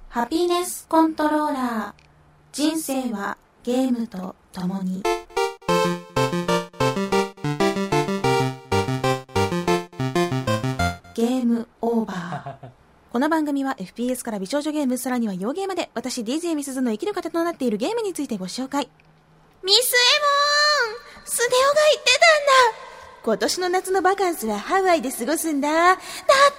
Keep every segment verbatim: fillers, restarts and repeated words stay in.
ハピネスコントローラー。人生はゲームと共に。ゲームオーバー。この番組は エフピーエス から美少女ゲーム、さらには洋ゲーまで、私 ディージェー みすずの生きる糧となっているゲームについてご紹介。ミスエモン、スネ夫が言ってたんだ。今年の夏のバカンスはハワイで過ごすんだ。だって、羨まし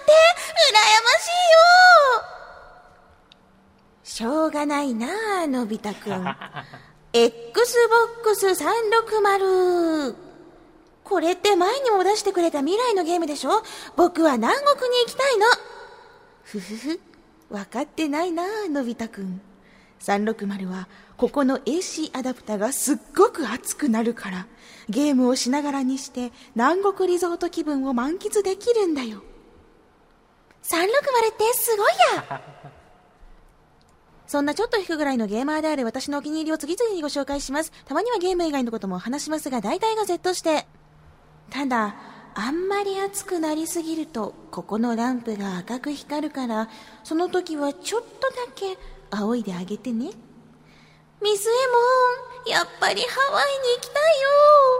いよ。しょうがないな、のび太くん。エックスボックスさんびゃくろくじゅう。これって前にも出してくれた未来のゲームでしょ。僕は南国に行きたいの。ふふふ、分かってないな、のび太くん。さんびゃくろくじゅうはここの エーシー アダプタがすっごく熱くなるから、ゲームをしながらにして南国リゾート気分を満喫できるんだよ。さんびゃくろくじゅうってすごいや。そんなちょっと引くぐらいのゲーマーである私のお気に入りを次々にご紹介します。たまにはゲーム以外のことも話しますが、大体が Z して。ただあんまり熱くなりすぎるとここのランプが赤く光るから、その時はちょっとだけ仰いであげてね。ミスエモン、やっぱりハワイに行きたいよ。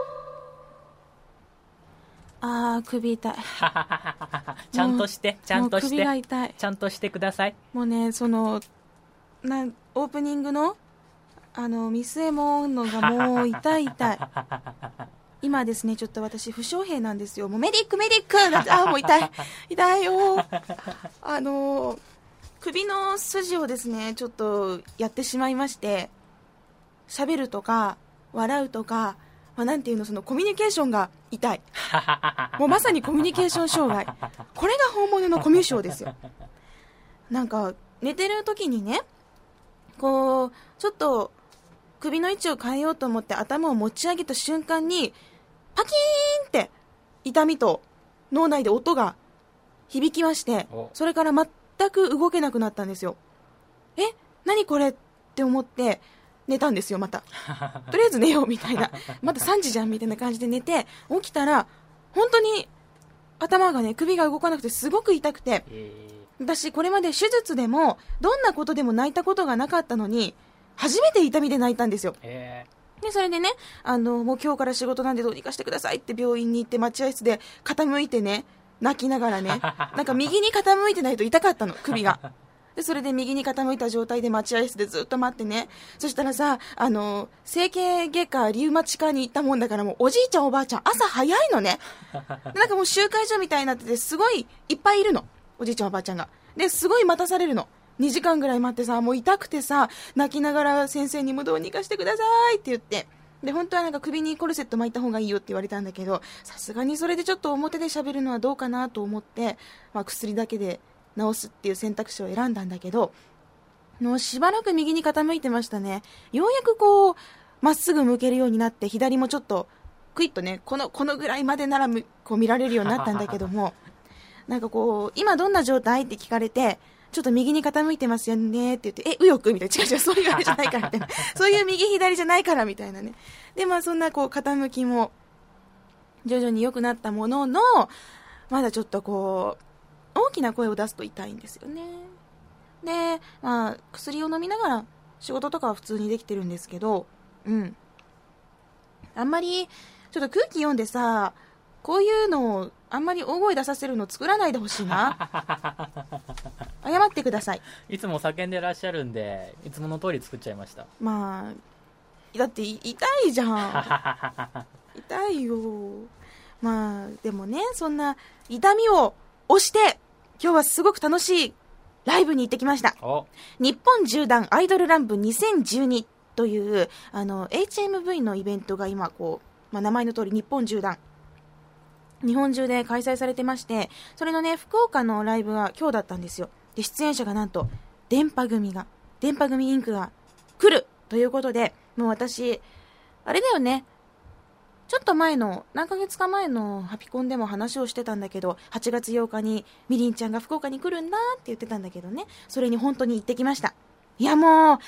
あー、首痛い。 ちゃんとしてちゃんとして首が痛い。 ちゃんとしてください。 もうね、そのなオープニングのあのミスエモンのがもう痛い痛い。今ですね、ちょっと私不祥兵なんですよ。もうメディックメディックあー、もう痛い痛いよ。あの首の筋をですねちょっとやってしまいまして、喋るとか笑うとか、まあ、なんていうの、そのコミュニケーションが痛い。もうまさにコミュニケーション障害。これが本物のコミュ障ですよ。なんか寝てる時にね、こうちょっと首の位置を変えようと思って頭を持ち上げた瞬間にパキーンって痛みと脳内で音が響きまして、それから全く動けなくなったんですよ。え、何これって思って寝たんですよ。またとりあえず寝ようみたいな、またさんじじゃんみたいな感じで寝て、起きたら本当に頭がね、首が動かなくてすごく痛くて、私これまで手術でもどんなことでも泣いたことがなかったのに、初めて痛みで泣いたんですよ。でそれでね、あのもう今日から仕事なんでどうにかしてくださいって病院に行って、待合室で傾いてね、泣きながらね、なんか右に傾いてないと痛かったの、首が。でそれで右に傾いた状態で待合室でずっと待ってね、そしたらさ、あの整形外科リウマチ科に行ったもんだから、もうおじいちゃんおばあちゃん朝早いのね。なんかもう集会所みたいになってて、すごいいっぱいいるの、おじいちゃんおばあちゃんが。ですごい待たされるの。にじかんぐらい待ってさ、もう痛くてさ、泣きながら先生にもどうにかしてくださいって言って、で本当はなんか首にコルセット巻いた方がいいよって言われたんだけど、さすがにそれでちょっと表で喋るのはどうかなと思って、まあ、薬だけで治すっていう選択肢を選んだんだけど、もうしばらく右に傾いてましたね。ようやくこうまっすぐ向けるようになって、左もちょっとクイッとね、このこのぐらいまでならこう見られるようになったんだけどもなんかこう今どんな状態って聞かれて、ちょっと右に傾いてますよねって言って、え、右翼みたいな、違う違う、そういうあれじゃないからみたいな、そういう右左じゃないからみたいなね。でまあそんなこう傾きも徐々に良くなったものの、まだちょっとこう大きな声を出すと痛いんですよね。でまあ薬を飲みながら仕事とかは普通にできてるんですけど、うんあんまりちょっと空気読んでさ、こういうのをあんまり大声出させるの作らないでほしいな。謝ってください。 いつも叫んでらっしゃるんで、いつもの通り作っちゃいました。 まあだって痛いじゃん。痛いよ。まあでもね、そんな痛みを押して今日はすごく楽しいライブに行ってきました。日本縦断アイドルランブにせんじゅうにというあの エイチエムブイ のイベントが今こう、まあ、名前の通り日本縦断、日本中で開催されてまして、それのね福岡のライブが今日だったんですよ。で出演者がなんと電波組が電波組インクが来るということで、もう私あれだよね、ちょっと前の何ヶ月か前のハピコンでも話をしてたんだけど、はちがつようかにみりんちゃんが福岡に来るんだって言ってたんだけどね、それに本当に行ってきました。いやもう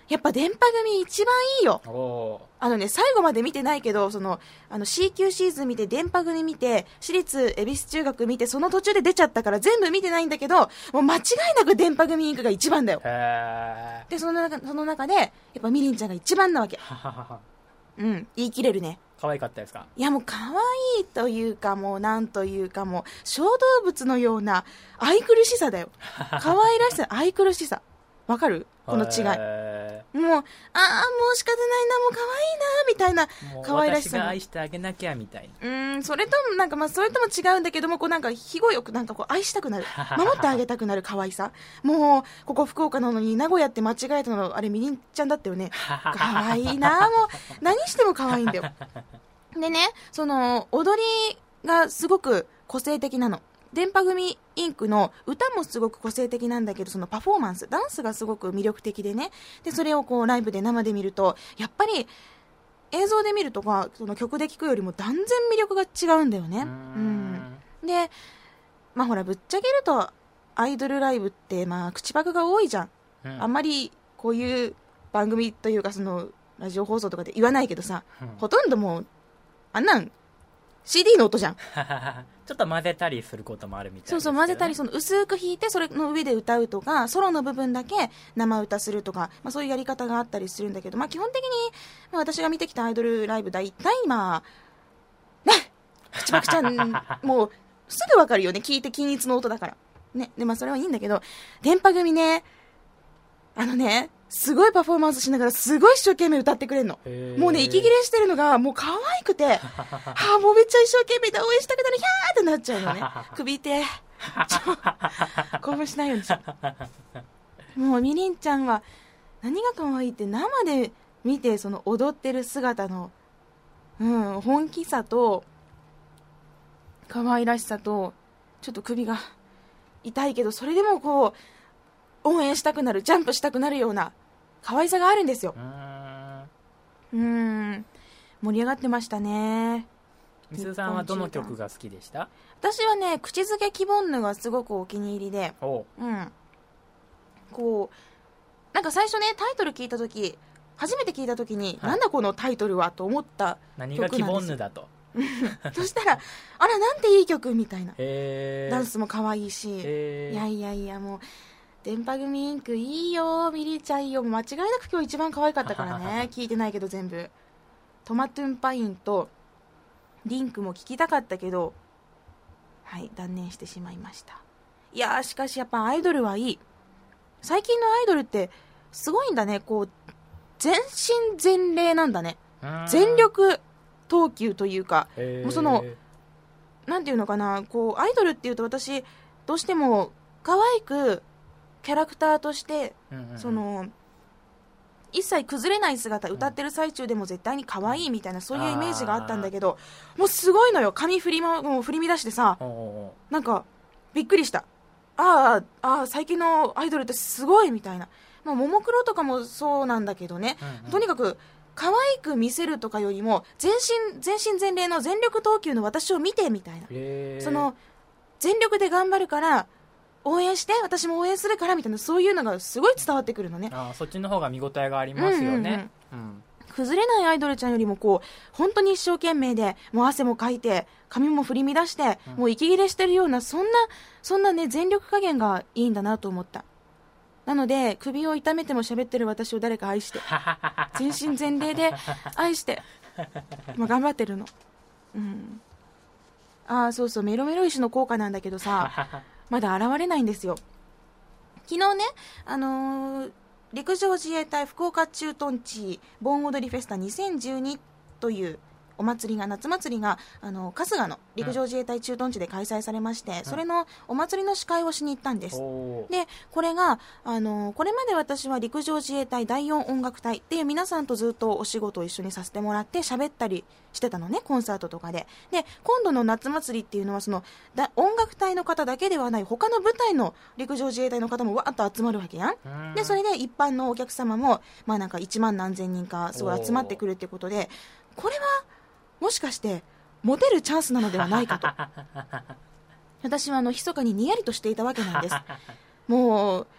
やっぱ電波組一番いいよ。 おあのね、最後まで見てないけど、その、あの シーキュー シーズン見て、電波組見て、私立恵比寿中学見て、その途中で出ちゃったから全部見てないんだけど、もう間違いなく電波組インクが一番だよ。 へー。 で、その中、その中で、やっぱみりんちゃんが一番なわけ。 はははは。 うん、言い切れるね。 可愛かったですか？ いやもう可愛いというか、もうなんというか、もう小動物のような愛くるしさだよ。可愛らしさ、愛くるしさ。わかる？この違い。 へもう、ああ、もう仕方ないな、もう可愛いな、みたいなー。もう可愛らしさ。 私が愛してあげなきゃみたいな。 うーん、それとも、なんかまあ、それとも違うんだけども、こうなんか、ひごよくなんかこう愛したくなる。守ってあげたくなる可愛さ。もう、ここ福岡なのに名古屋って間違えたの、あれみりんちゃんだったよね。可愛いな、もう、何しても可愛いんだよ。でね、その、踊りがすごく個性的なの。電波組インクの歌もすごく個性的なんだけど、そのパフォーマンス、ダンスがすごく魅力的でね。で、それをこうライブで生で見ると、やっぱり映像で見るとか、その曲で聴くよりも断然魅力が違うんだよね。 うーんうん。で、まあほら、ぶっちゃけると、アイドルライブって、まあ、口パクが多いじゃん。 うんあんまりこういう番組というか、その、ラジオ放送とかで言わないけどさ、 うんほとんどもう、あんなん、シーディー の音じゃん。 ちょっと混ぜたりすることもあるみたいですけどね。 そうそう、混ぜたり、その薄く弾いて、それの上で歌うとか、ソロの部分だけ生歌するとか、まあそういうやり方があったりするんだけど、まあ基本的に、まあ私が見てきたアイドルライブ、大体、まあ、ね、口パクちゃん、もう、すぐわかるよね、聞いて均一の音だから。ね、で、まあそれはいいんだけど、電波組ね、あのね、すごいパフォーマンスしながら、すごい一生懸命歌ってくれるの。 へーもうね、息切れしてるのが、もう可愛くて、はあ、もうめっちゃ一生懸命で応援したくなる、ヒャーってなっちゃうのね。首痛え。ちょ、興奮しないようにしよう。もうみりんちゃんは、何が可愛いって生で見て、その踊ってる姿の、うん、本気さと、可愛らしさと、ちょっと首が痛いけど、それでもこう、応援したくなる、ジャンプしたくなるような可愛さがあるんですよ。 うーん。 うーん、盛り上がってましたね。 みすさんはどの曲が好きでした？ 私はね、口づけキボンヌがすごくお気に入りで、 おう。 うん、こうなんか最初ね、タイトル聞いた時、初めて聞いた時に、 はいなんだこのタイトルはと思った何曲なんですよ。 がキボンヌだと。 そしたら、あらなんていい曲みたいな、 へー。 ダンスも可愛いし、 へー。 いやいやいや、もう電波組インクいいよ、ミリちゃんいいよ、もう間違いなく今日一番可愛かったからね。聞いてないけど全部。トマトゥンパインとリンクも聞きたかったけど、はい、断念してしまいました。いやー、しかしやっぱアイドルはいい。最近のアイドルってすごいんだね。こう全身全霊なんだね。 うーん。 全力投球というか、 へー。 もうそのなんていうのかな、こうアイドルっていうと私どうしても可愛くキャラクターとして、 うんうんうん、 その一切崩れない姿、歌ってる最中でも絶対に可愛いみたいな、そういうイメージがあったんだけど、もうすごいのよ。髪振り,、ま、もう振り乱してさ、 おうおうおう。 なんかびっくりした。あーあー、最近のアイドルってすごいみたいな。まあ、ももクロとかもそうなんだけどね、 うんうん、 とにかく可愛く見せるとかよりも全身全身全霊の全力投球の私を見てみたいな、 へー。 その全力で頑張るから応援して、私も応援するからみたいな、そういうのがすごい伝わってくるのね。 あ、そっちの方が見応えがありますよね。 うんうんうんうん。 崩れないアイドルちゃんよりもこう本当に一生懸命で、もう汗もかいて髪も振り乱して、 うん、 もう息切れしてるような、そんなそんなね、全力加減がいいんだなと思った。なので首を痛めても喋ってる私を誰か愛して、全身全霊で愛して今頑張ってるの。うん。ああ、そうそう、メロメロ石の効果なんだけどさまだ現れないんですよ。昨日ね、あのー、陸上自衛隊福岡駐屯地盆踊りフェスタにせんじゅうにというお祭りが、夏祭りがあの春日の陸上自衛隊駐屯地で開催されまして、うん、それのお祭りの司会をしに行ったんです。で、これがあのこれまで私は陸上自衛隊だいよん音楽隊っていう皆さんとずっとお仕事を一緒にさせてもらって喋ったりしてたのね、コンサートとかで。で、今度の夏祭りっていうのはそのだ音楽隊の方だけではない他の部隊の陸上自衛隊の方もわーっと集まるわけやん。で、それで一般のお客様もまあなんかいちまん何千人かすごい集まってくるってことで、これはもしかしてモテるチャンスなのではないかと私はあの密かににやりとしていたわけなんです。もう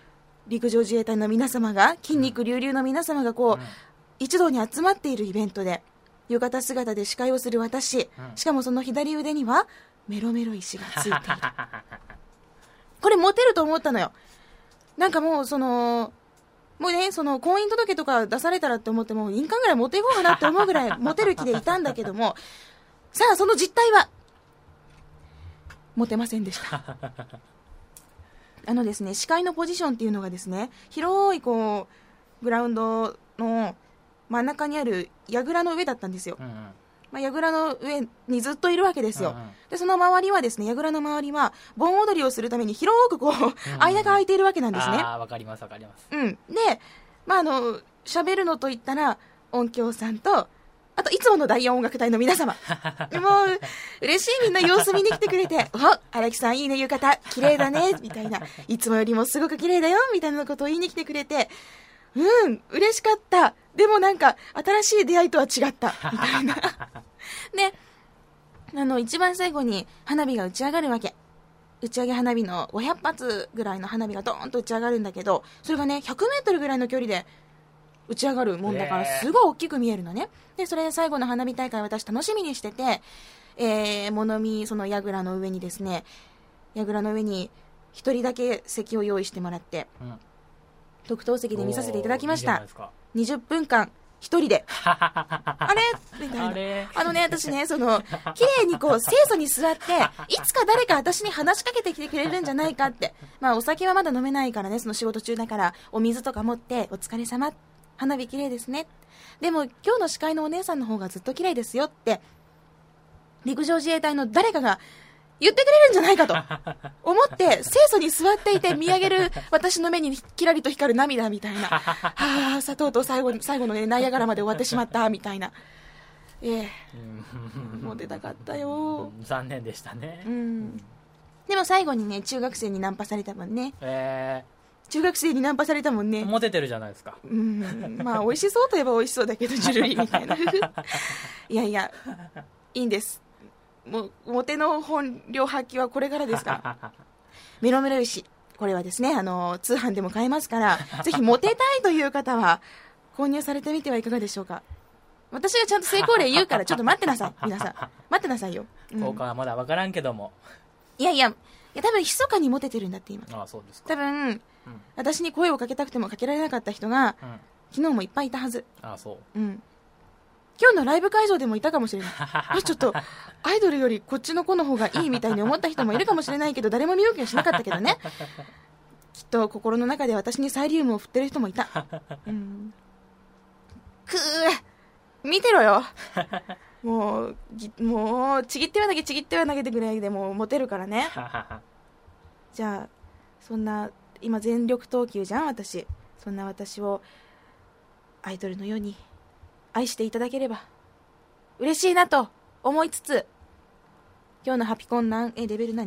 陸上自衛隊の皆様が、筋肉隆々の皆様がこう、 うん一堂に集まっているイベントで、浴衣姿で司会をする私、 うんしかもその左腕にはメロメロ石がついている。これモテると思ったのよ。なんかもうそのもうね、その婚姻届とか出されたらって思っても印鑑ぐらい持っていこうかなって思うぐらいモテる気でいたんだけども、さあその実態はモテませんでした。あのですね、司会のポジションっていうのがですね、広いこうグラウンドの真ん中にある櫓の上だったんですよ。 うんうんまあ、櫓の上にずっといるわけですよ。 うんうんでその周りはですね、櫓の周りは盆踊りをするために広くこう、 うん間が空いているわけなんですね。 ああ、わかりますわかります。 うん、で、まあ、あの喋るのといったら音響さんと、あといつもの第四音楽隊の皆様もう嬉しい、みんな様子見に来てくれて、お荒木さんいいね、浴衣綺麗だねみたいな、いつもよりもすごく綺麗だよみたいなことを言いに来てくれて、うん嬉しかった。でもなんか新しい出会いとは違ったみたいなで、あの一番最後に花火が打ち上がるわけ。打ち上げ花火のごひゃく発ぐらいの花火がドーンと打ち上がるんだけど、それがねひゃくメートルぐらいの距離で打ち上がるもんだから、すごい大きく見えるのね。でそれで最後の花火大会、私楽しみにしてて、えー、物見その櫓の上にですね、櫓の上に一人だけ席を用意してもらって、 うん特等席で見させていただきましいいじゃなた。 いですか。 にじゅっぷんかん一人であれみたいな。 あれあのね、私ね、その綺麗にこう清楚に座って、いつか誰か私に話しかけてきてくれるんじゃないかって。まあお酒はまだ飲めないからね、その仕事中だから、お水とか持って、お疲れ様、花火綺麗ですね、でも今日の司会のお姉さんの方がずっと綺麗ですよって陸上自衛隊の誰かが言ってくれるんじゃないかと思って清楚に座っていて、見上げる私の目にキラリと光る涙みたいな、はあ、さとうとう最後に最後のね、ナイアガラまで終わってしまったみたいな。ええモテたかったよ。 残念でしたね。 うんでも最後にね、中学生にナンパされたもんね。 え中学生にナンパされたもんね。 ー、モテてるじゃないですか。 うんまあ美味しそうといえば美味しそうだけど、ジュルリーみたいな。いやいや、いいんです。もうモテの本領発揮はこれからですからメロメロ石、これはですね、あの通販でも買えますからぜひモテたいという方は購入されてみてはいかがでしょうか。私がちゃんと成功例言うからちょっと待ってなさい、皆さん待ってなさいよ、うん効果はまだわからんけども。 いやいやいや、多分密かにモテてるんだって今。 ああ、そうですか。 多分、 うん、 私に声をかけたくてもかけられなかった人が、 うん、 昨日もいっぱいいたはず。 ああ、そう。 うん今日のライブ会場でもいたかもしれないあちょっとアイドルよりこっちの子の方がいいみたいに思った人もいるかもしれないけど、誰も見向きはしなかったけどねきっと心の中で私にサイリウムを振ってる人もいた、うん、くー見てろよもうぎもうちぎっては投げちぎっては投げてぐらいでもうモテるからねじゃあそんな今全力投球じゃん私。そんな私をアイドルのように愛していただければ嬉しいなと思いつつ、今日のハピコン何えレベル何 ?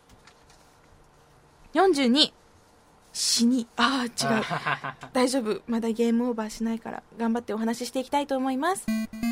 よんじゅうに 死にああ違う大丈夫、まだゲームオーバーしないから頑張ってお話ししていきたいと思います。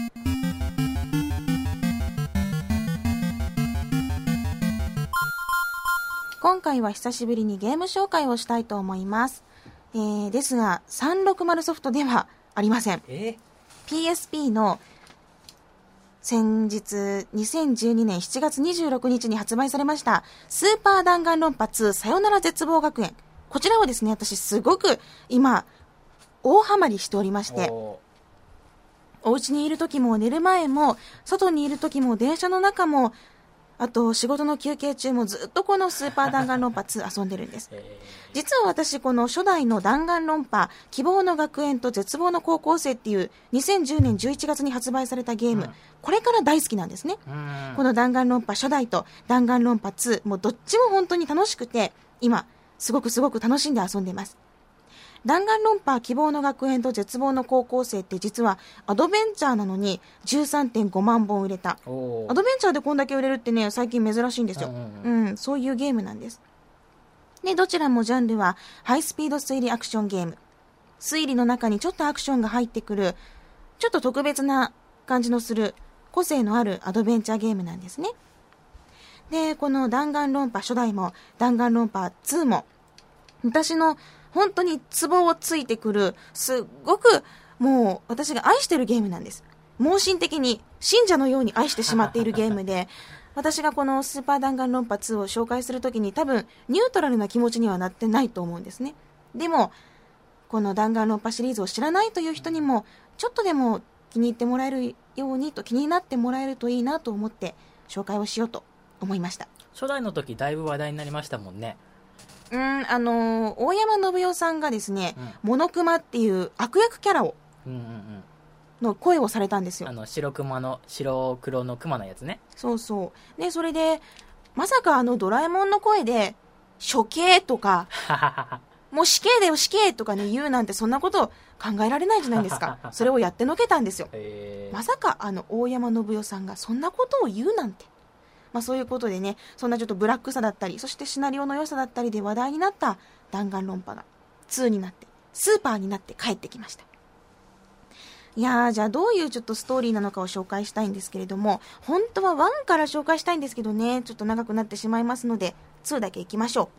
今回は久しぶりにゲーム紹介をしたいと思います、えー、ですがさんろくまるソフトではありません。 えピーエスピー の先日にせんじゅうにねんしちがつにじゅうろくにちに発売されましたスーパー弾丸論破ツーさよなら絶望学園、こちらはですね、私すごく今大ハマりしておりまして、 おお家にいる時も寝る前も外にいる時も電車の中も、あと仕事の休憩中もずっとこのスーパー弾丸論破ツー遊んでるんです。 え実は私この初代の弾丸論破希望の学園と絶望の高校生っていうにせんじゅうねんじゅういちがつに発売されたゲーム、 うん、 これから大好きなんですね、 ーうんこの弾丸論破初代と弾丸論破ツー、もうどっちも本当に楽しくて今すごくすごく楽しんで遊んでます。弾丸論破希望の学園と絶望の高校生って実はアドベンチャーなのに じゅうさんてんごまんぼん売れた。 おアドベンチャーでこんだけ売れるってね、最近珍しいんですよ、 うんうんうん、そういうゲームなんです。でどちらもジャンルはハイスピード推理アクションゲーム、推理の中にちょっとアクションが入ってくるちょっと特別な感じのする個性のあるアドベンチャーゲームなんですね。でこの弾丸論破初代も弾丸論破ツーも私の本当にツボをついてくる、すっごくもう私が愛してるゲームなんです。盲信的に信者のように愛してしまっているゲームで、私がこのスーパー弾丸論破ツーを紹介するときに多分ニュートラルな気持ちにはなってないと思うんですね。でもこの弾丸論破シリーズを知らないという人にもちょっとでも気に入ってもらえるようにと、気になってもらえるといいなと思って紹介をしようと思いました。 初代の時だいぶ話題になりましたもんね。 うーんあのー、大山信代さんがですね、うん、モノクマっていう悪役キャラを、うんうんうん、の声をされたんですよ。 あの白クマの白黒のクマのやつね。 そうそうで、それでまさかあのドラえもんの声で処刑とかもう死刑だよ死刑とかね言うなんて、そんなこと考えられないじゃないですか。それをやってのけたんですよ。まさかあの大山信代さんがそんなことを言うなんて。まあそういうことでね、そんなちょっとブラックさだったり、そしてシナリオの良さだったりで話題になった弾丸論破がツーになってスーパーになって帰ってきました。いやー、じゃあどういうちょっとストーリーなのかを紹介したいんですけれども、本当はワンから紹介したいんですけどね、ちょっと長くなってしまいますのでツーだけいきましょう。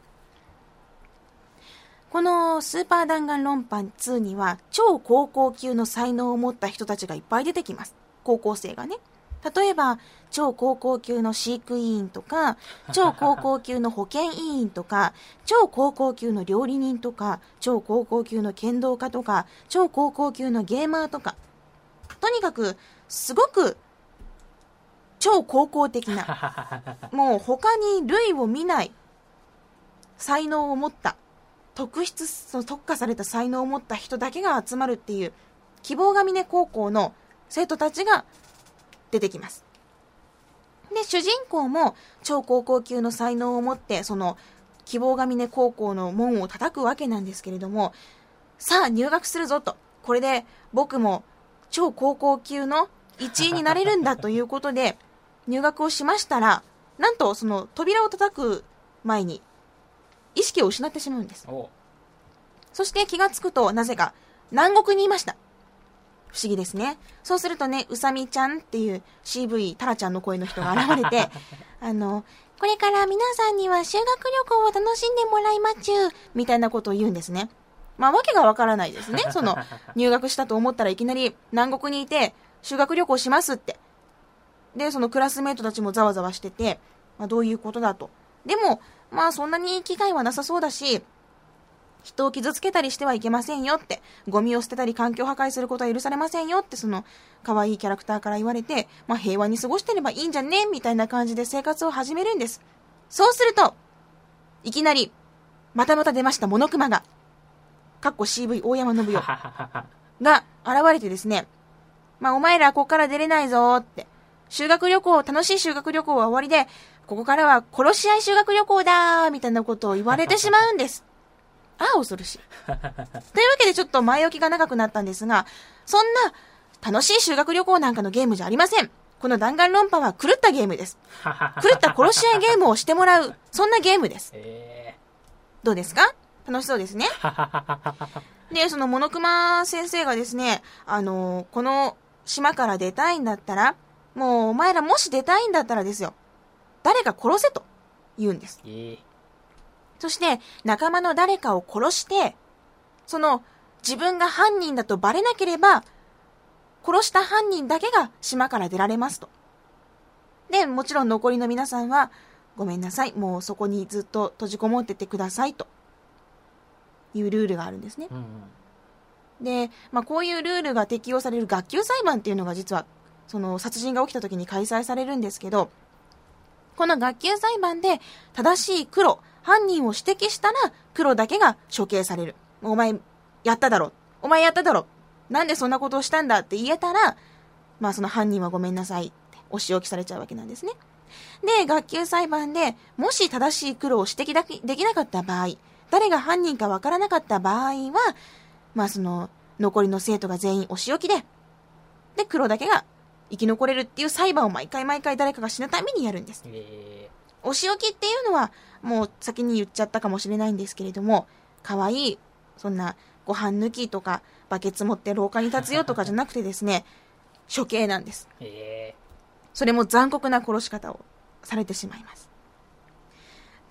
このスーパー弾丸論破ツーには超高校級の才能を持った人たちがいっぱい出てきます。高校生がね。例えば超高校級の飼育委員とか、超高校級の保健委員とか、超高校級の料理人とか、超高校級の剣道家とか、超高校級のゲーマーとか、とにかくすごく超高校的な、もう他に類を見ない才能を持った、特筆、その特化された才能を持った人だけが集まるっていう希望が峰高校の生徒たちが出てきます。で、主人公も超高校級の才能を持ってその希望が峰高校の門を叩くわけなんですけれども、さあ入学するぞと、これで僕も超高校級の一員になれるんだということで入学をしましたら、なんとその扉を叩く前に意識を失ってしまうんです。そして気がつくとなぜか南国にいました。不思議ですね。そうするとね、うさみちゃんっていう シーブイ タラちゃんの声の人が現れてあのこれから皆さんには修学旅行を楽しんでもらいまちゅうみたいなことを言うんですね。まあわけがわからないですね。その入学したと思ったらいきなり南国にいて修学旅行しますって。でそのクラスメートたちもざわざわしてて、まあ、どういうことだと。でもまあそんなに機会はなさそうだし、人を傷つけたりしてはいけませんよって、ゴミを捨てたり環境破壊することは許されませんよって、その可愛いキャラクターから言われて、まあ平和に過ごしてればいいんじゃねみたいな感じで生活を始めるんです。そうするといきなりまたまた出ましたモノクマが、かっこ シーブイ 大山信代が現れてですね、まあお前らここから出れないぞって、修学旅行、楽しい修学旅行は終わりで、ここからは殺し合い修学旅行だみたいなことを言われてしまうんです。ああ恐ろしいというわけでちょっと前置きが長くなったんですが、そんな楽しい修学旅行なんかのゲームじゃありません。この弾丸論破は狂ったゲームです。狂った殺し合いゲームをしてもらう、そんなゲームです。えー、どうですか？楽しそうですね。でそのモノクマ先生がですね、あのー、この島から出たいんだったら、もうお前らもし出たいんだったらですよ、誰か殺せと言うんです。えーそして仲間の誰かを殺して、その自分が犯人だとバレなければ殺した犯人だけが島から出られますと。でもちろん残りの皆さんはごめんなさい、もうそこにずっと閉じこもっててくださいというルールがあるんですね。うんうん、で、まあ、こういうルールが適用される学級裁判っていうのが実はその殺人が起きた時に開催されるんですけど、この学級裁判で正しい黒犯人を指摘したら黒だけが処刑される。お前やっただろ、お前やっただろ、なんでそんなことをしたんだって言えたら、まあその犯人はごめんなさいってお仕置きされちゃうわけなんですね。で学級裁判でもし正しい黒を指摘できなかった場合、誰が犯人かわからなかった場合は、まあその残りの生徒が全員お仕置きで、で黒だけが生き残れるっていう裁判を毎回毎回誰かが死ぬためにやるんです。えーお仕置きっていうのはもう先に言っちゃったかもしれないんですけれども、かわいいそんなご飯抜きとかバケツ持って廊下に立つよとかじゃなくてですね、処刑なんです。それも残酷な殺し方をされてしまいます。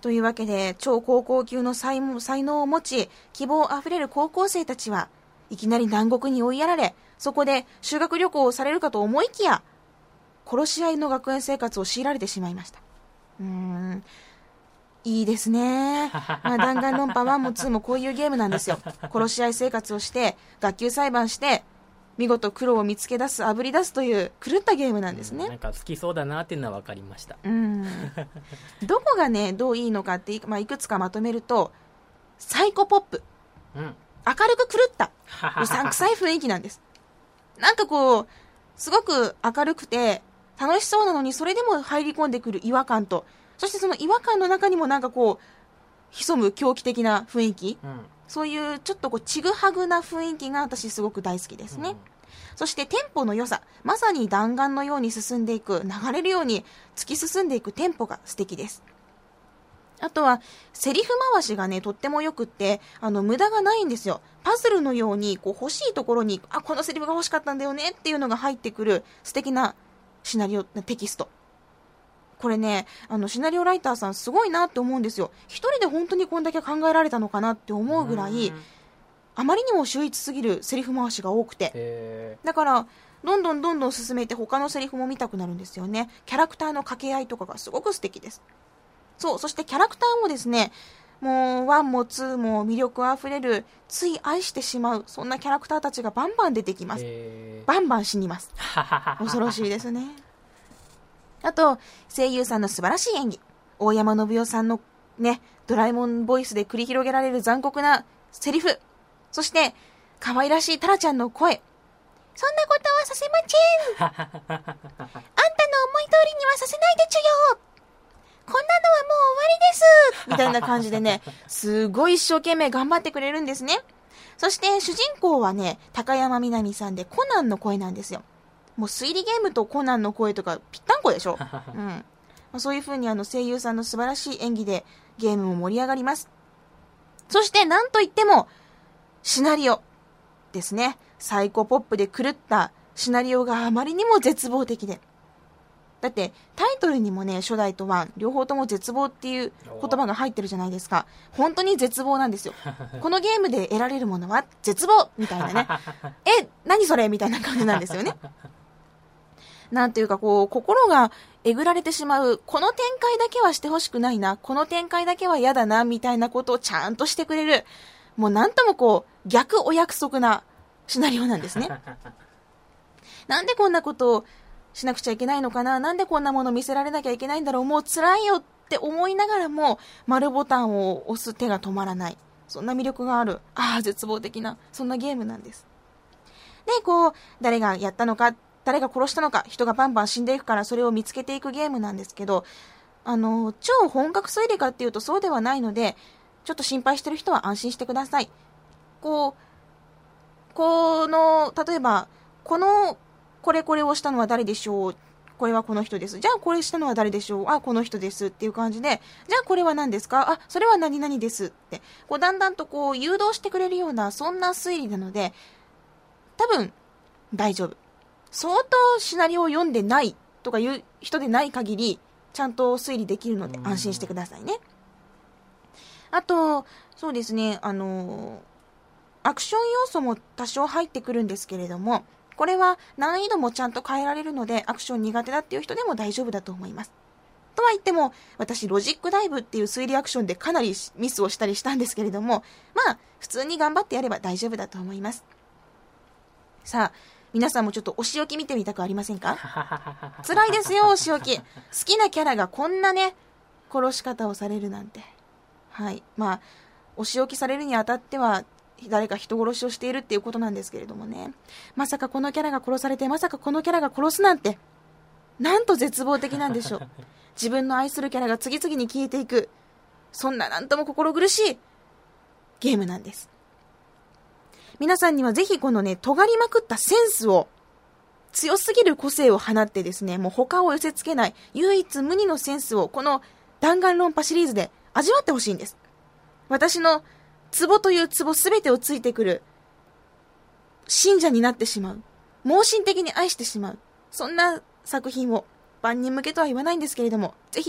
というわけで、超高校級の才才能を持ち、希望あふれる高校生たちはいきなり南国に追いやられ、そこで修学旅行をされるかと思いきや、殺し合いの学園生活を強いられてしまいました。うーん、いいですね。まあ、弾丸論破ワンもツーもこういうゲームなんですよ。殺し合い生活をして、学級裁判して、見事黒を見つけ出す、あぶり出すという狂ったゲームなんですね。 なんか好きそうだなっていうのは分かりました。 うん。どこがね、どういいのかって、まあ、いくつかまとめると、サイコポップ。 うん。 明るく狂った、うさんくさい雰囲気なんです。なんかこう、すごく明るくて、楽しそうなのに、それでも入り込んでくる違和感と、そしてその違和感の中にもなんかこう、潜む狂気的な雰囲気。うん、そういうちょっとこうちぐはぐな雰囲気が私すごく大好きですね。うん、そしてテンポの良さ、まさに弾丸のように進んでいく、流れるように突き進んでいくテンポが素敵です。あとはセリフ回しがねとってもよくって、あの無駄がないんですよ。パズルのようにこう欲しいところに、あ、このセリフが欲しかったんだよねっていうのが入ってくる素敵なシナリオ、テキスト。これね、あのシナリオライターさんすごいなって思うんですよ。一人で本当にこんだけ考えられたのかなって思うぐらい、あまりにも秀逸すぎるセリフ回しが多くて、だからどんどんどんどん進めて他のセリフも見たくなるんですよね。キャラクターの掛け合いとかがすごく素敵です。そう、そしてキャラクターもですね、もうワンもツーも魅力あふれる、つい愛してしまう、そんなキャラクターたちがバンバン出てきます。バンバン死にます。恐ろしいですね。あと、声優さんの素晴らしい演技。大山信代さんのね、ドラえもんボイスで繰り広げられる残酷なセリフ。そして、可愛らしいタラちゃんの声。そんなことはさせません。あんたの思い通りにはさせないでちゅよ。こんなのはもう終わりです。みたいな感じでね、すごい一生懸命頑張ってくれるんですね。そして主人公はね、高山みなみさんでコナンの声なんですよ。もう推理ゲームとコナンの声とかぴったんこでしょ。うん。まあ、そういう風にあの声優さんの素晴らしい演技でゲームも盛り上がります。そしてなんといってもシナリオですね。サイコポップで狂ったシナリオがあまりにも絶望的で。だってタイトルにもね、初代とワン両方とも絶望っていう言葉が入ってるじゃないですか。本当に絶望なんですよ。このゲームで得られるものは絶望みたいなね。え、何それみたいな感じなんですよね。なんていうかこう心がえぐられてしまう、この展開だけはしてほしくないな、この展開だけは嫌だなみたいなことをちゃんとしてくれる、もうなんともこう逆お約束なシナリオなんですね。なんでこんなことをしなくちゃいけないのかな、なんでこんなもの見せられなきゃいけないんだろう、もう辛いよって思いながらも丸ボタンを押す手が止まらない、そんな魅力がある、ああ絶望的なそんなゲームなんです。でこう誰がやったのか、誰が殺したのか、人がバンバン死んでいくからそれを見つけていくゲームなんですけど、あの超本格推理かっていうとそうではないので、ちょっと心配してる人は安心してください。こうこの例えばこのこれこれをしたのは誰でしょう、これはこの人です、じゃあこれしたのは誰でしょう、あこの人ですっていう感じで、じゃあこれは何ですか、あそれは何々ですって、こうだんだんとこう誘導してくれるようなそんな推理なので多分大丈夫。相当シナリオを読んでないとかいう人でない限りちゃんと推理できるので安心してくださいね。あとそうですね、あのアクション要素も多少入ってくるんですけれども、これは難易度もちゃんと変えられるのでアクション苦手だっていう人でも大丈夫だと思います。とは言っても私ロジックダイブっていう推理アクションでかなりミスをしたりしたんですけれども、まあ普通に頑張ってやれば大丈夫だと思います。さあ皆さんもちょっとお仕置き見てみたくありませんか？辛いですよ、お仕置き。好きなキャラがこんなね殺し方をされるなんて。はい、まあお仕置きされるにあたっては誰か人殺しをしているっていうことなんですけれどもね、まさかこのキャラが殺されて、まさかこのキャラが殺すなんて、なんと絶望的なんでしょう。自分の愛するキャラが次々に消えていく、そんななんとも心苦しいゲームなんです。皆さんにはぜひこのね尖りまくったセンスを、強すぎる個性を放ってですね、もう他を寄せ付けない唯一無二のセンスをこの弾丸論破シリーズで味わってほしいんです。私のツボというツボすべてをついてくる信者になってしまう、盲信的に愛してしまう、そんな作品を万人向けとは言わないんですけれども、ぜひ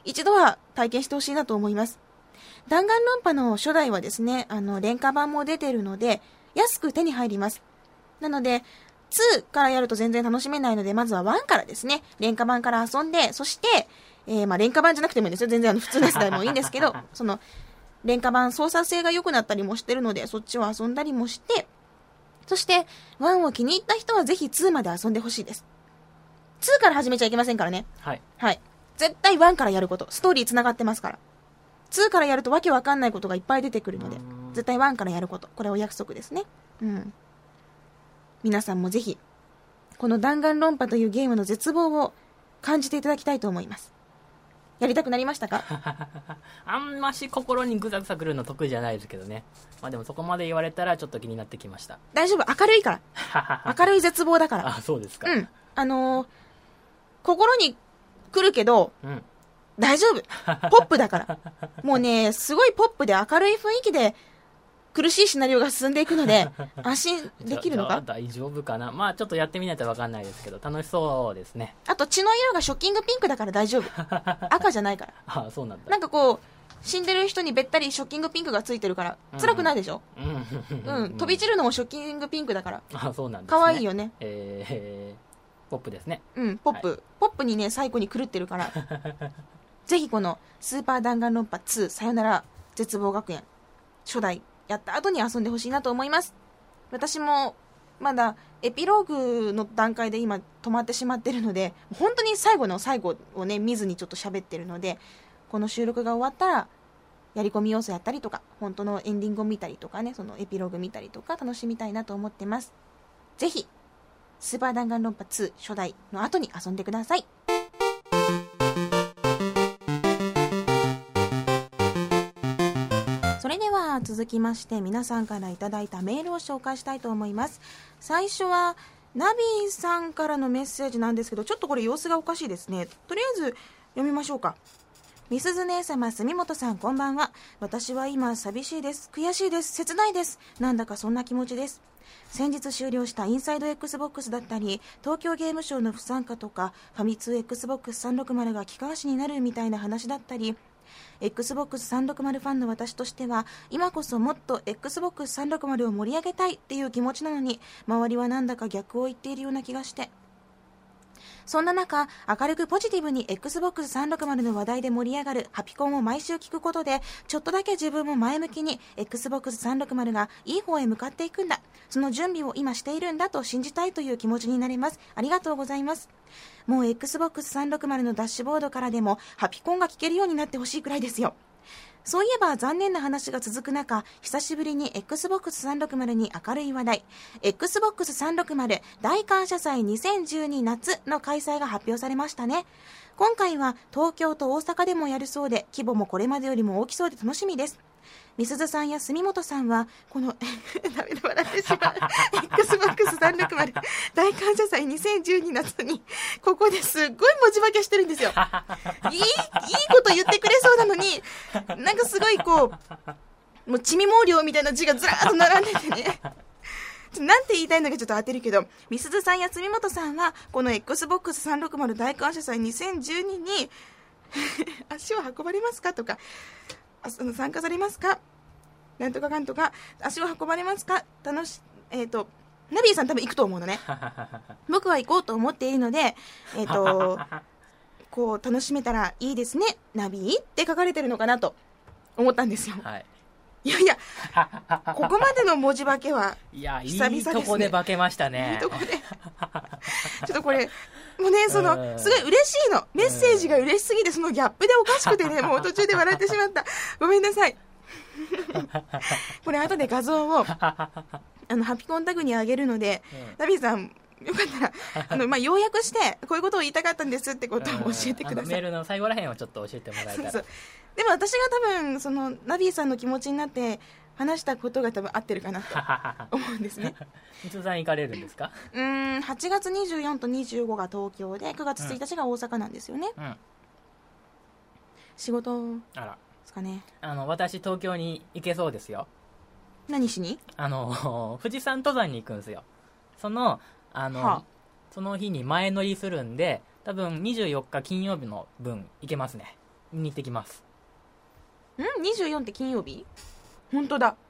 一度は体験してほしいなと思います。弾丸論破の初代はですね、あの廉価版も出てるので安く手に入ります。なのでツーからやると全然楽しめないので、まずはワンからですね、廉価版から遊んで、そして、えー、まあ廉価版じゃなくてもいいんですよ、全然あの普通のやつでもいいんですけどその廉価版操作性が良くなったりもしてるので、そっちを遊んだりもして、そしてワンを気に入った人はぜひツーまで遊んでほしいです。ツーから始めちゃいけませんからね。 はいはい絶対ワンからやること、ストーリーつながってますから。ツーからやるとわけわかんないことがいっぱい出てくるので、絶対ワンからやること、これお約束ですね。うん皆さんもぜひこの弾丸論破というゲームの絶望を感じていただきたいと思います。やりたくなりましたか？ あんまし心にグザグザくるの得意じゃないですけどね。まあでもそこまで言われたらちょっと気になってきました。 大丈夫、明るいから明るい絶望だから。 あ、そうですか。 うんあのー、心に来るけど、うん、大丈夫ポップだからもうねすごいポップで明るい雰囲気で苦しいシナリオが進んでいくので安心できるのか大丈夫かな。まあちょっとやってみないと分かんないですけど楽しそうですね。 あと血の色がショッキングピンクだから大丈夫赤じゃないからああそうなんだ。 なんかこう死んでる人にべったりショッキングピンクがついてるから辛くないでしょ。うん、うん、飛び散るのもショッキングピンクだからあそうなんですね。 可愛いよね。 えー、ポップですね。 うんポップ、はい、ポップにね最後に狂ってるからぜひこのスーパー弾丸論破ツーさよなら絶望学園初代やった後に遊んでほしいなと思います。私もまだエピローグの段階で今止まってしまってるので、本当に最後の最後をね見ずにちょっと喋ってるので、この収録が終わったらやり込み要素やったりとか本当のエンディングを見たりとかね、そのエピローグ見たりとか楽しみたいなと思ってます。ぜひスーパー弾丸論破ツー初代の後に遊んでください。それでは続きまして皆さんからいただいたメールを紹介したいと思います。最初はナビさんからのメッセージなんですけど、ちょっとこれ様子がおかしいですね。とりあえず読みましょうか。みすず姉様、住本さん、こんばんは。私は今寂しいです、悔しいです、切ないです。なんだかそんな気持ちです。先日終了したインサイド Xbox だったり、東京ゲームショウの不参加とか、ファミ通 エックスボックスさんびゃくろくじゅうが機関誌になるみたいな話だったり、エックスボックスさんびゃくろくじゅう ファンの私としては、今こそもっと エックスボックスさんびゃくろくじゅう を盛り上げたいっていう気持ちなのに、周りはなんだか逆を言っているような気がして、そんな中、明るくポジティブに エックスボックスさんびゃくろくじゅう の話題で盛り上がるハピコンを毎週聞くことで、ちょっとだけ自分も前向きに エックスボックスさんびゃくろくじゅう がいい方へ向かっていくんだ、その準備を今しているんだと信じたいという気持ちになれます。ありがとうございます。もう エックスボックスさんびゃくろくじゅう のダッシュボードからでもハピコンが聞けるようになってほしいくらいですよ。そういえば残念な話が続く中、久しぶりに エックスボックスさんびゃくろくじゅう に明るい話題、エックスボックスさんびゃくろくじゅう 大感謝祭にせんじゅうに夏の開催が発表されましたね。今回は東京と大阪でもやるそうで、規模もこれまでよりも大きそうで楽しみです。みすずさんや住本さんはこのダメだ笑ってしまうエックスボックスさんびゃくろくじゅう 大感謝祭にせんじゅうに夏にここですっごい文字化けしてるんですよ。いいいいこと言ってくれそうなのに、なんかすごいこうもう地味毛量みたいな字がずらーっと並んでてねなんて言いたいのかちょっと当てるけど、みすずさんや住本さんはこの エックスボックスさんびゃくろくじゅう 大感謝祭にせんじゅうにに足を運ばれますかとか、参加されますか、なんとかかんとか、足を運ばれますか、楽しえっ、ー、とナビーさん多分行くと思うのね僕は行こうと思っているので、えっ、ー、とこう楽しめたらいいですね、ナビーって書かれてるのかなと思ったんですよ、はい、いやいやここまでの文字化けは久々ですね。いやいいとこで化けましたね。 いいとこでちょっとこれもうね、そのすごい嬉しいの、メッセージが嬉しすぎてそのギャップでおかしくてね、もう途中で笑ってしまった、ごめんなさいこれ後で画像をあのハピコンタグにあげるので、うん、ナビさんよかったらあの、まあ、要約してこういうことを言いたかったんですってことを教えてください、うん、 メールの最後らへんをちょっと教えてもらえたらそうそう、 でも私が多分そのナビさんの気持ちになって話したことが多分合ってるかなと思うんですね。 いつさん行かれるんですか？ うーんはちがつにじゅうよっかとにじゅうごが東京でくがつついたちが大阪なんですよね、うん、仕事あらですかね。 あの私東京に行けそうですよ。 何しに？ あの富士山登山に行くんですよ。そのあの、はあ、その日に前乗りするんで多分にじゅうよっか金曜日の分行けますね。 見に行ってきます。 ん ?にじゅうよん って金曜日？本当だ。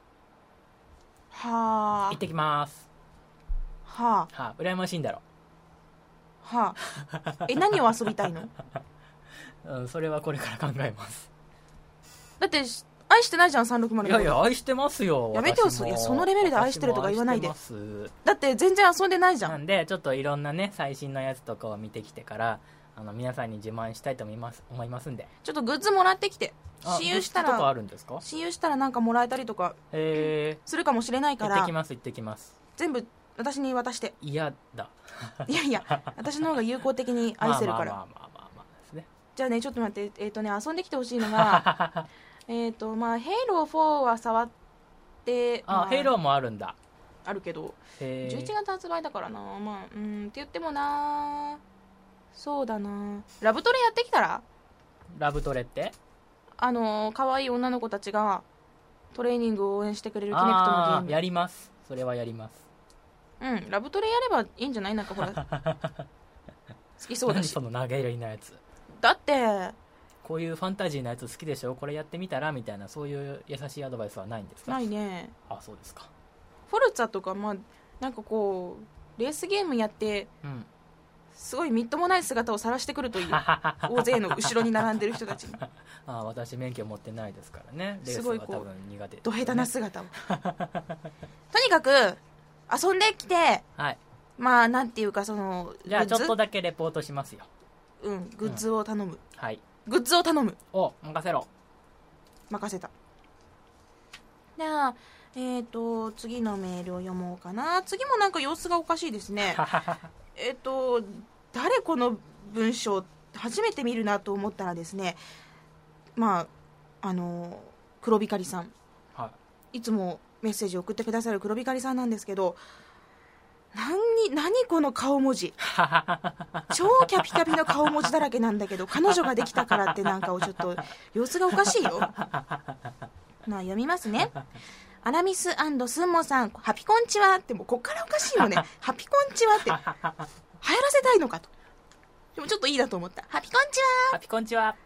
はあ。 行ってきます。 はあ。はあ、羨ましいんだろ。 はあ。え、何を遊びたいの？ うん、それはこれから考えます。 だって愛してないじゃんさんろくまる。 いやいや愛してますよ。 やめてよ。いやそのレベルで愛してるとか言わないで。だって全然遊んでないじゃん。 なんでちょっといろんなね最新のやつとかを見てきてからあの皆さんに自慢したいと思います思いますんで。 ちょっとグッズもらってきて。私有したらグッズとかあるんですか？ 私有したらなんかもらえたりとかするかもしれないから。 行ってきます行ってきます。 全部私に渡して。 嫌だ。 いやいや私の方が友好的に愛せるから。 まあまあまあまあまあですね。 じゃあねちょっと待ってえっ、ー、とね遊んできてほしいのがえっとまあヘイローフォーは触ってあ、まあ、ヘイローもあるんだ。 あるけどじゅういちがつ発売だからな。まあうんって言ってもな。そうだなラブトレやってきたら。 ラブトレってあの可愛い女の子たちがトレーニングを応援してくれるキネクトのゲーム。 やります。それはやります。 うんラブトレやればいいんじゃない？なんかほら好きそうだし。 その投げ入れなやつだってこういうファンタジーなやつ好きでしょこれやってみたらみたいなそういう優しいアドバイスはないんですか？ ないね。 あ、そうですか。 フォルツァとかまあなんかこうレースゲームやって、うん、すごいみっともない姿を晒してくるという大勢の後ろに並んでる人たちにあ、私免許持ってないですからね。レースは多分苦手、ね、 ど下手な姿をとにかく遊んできて、はい、まあなんていうかそのじゃあちょっとだけレポートしますよ。 うんグッズを頼む、うん、 はいグッズを頼む。 お任せろ。 任せた。じゃあえっ、ー、と次のメールを読もうかな。次もなんか様子がおかしいですねえっと誰この文章初めて見るなと思ったらですね、まああの黒光さん、はい、いつもメッセージを送ってくださる黒光さんなんですけど、何何この顔文字超キャピキャピの顔文字だらけなんだけど、彼女ができたからってなんかをちょっと様子がおかしいよ。まあ読みますね。アラミス&スンモさん、ハピコンチはってもうこっからおかしいよねハピコンチはって流行らせたいのかと。でもちょっといいだと思った。ハピコンチはハピコンチは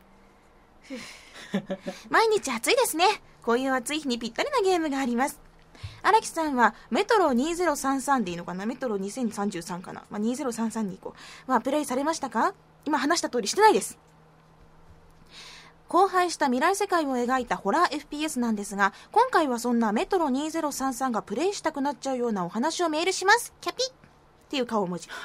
毎日暑いですね。こういう暑い日にぴったりなゲームがあります。荒木さんはメトロにせんさんじゅうさんでいいのかな、メトロにせんさんじゅうさんかな、まあ、にせんさんじゅうさんに行こうはプレイされましたか？今話した通りしてないです。荒廃した未来世界を描いたホラー エフピーエス なんですが、今回はそんなメトロにせんさんじゅうさんがプレイしたくなっちゃうようなお話をメールします。キャピッっていう顔文字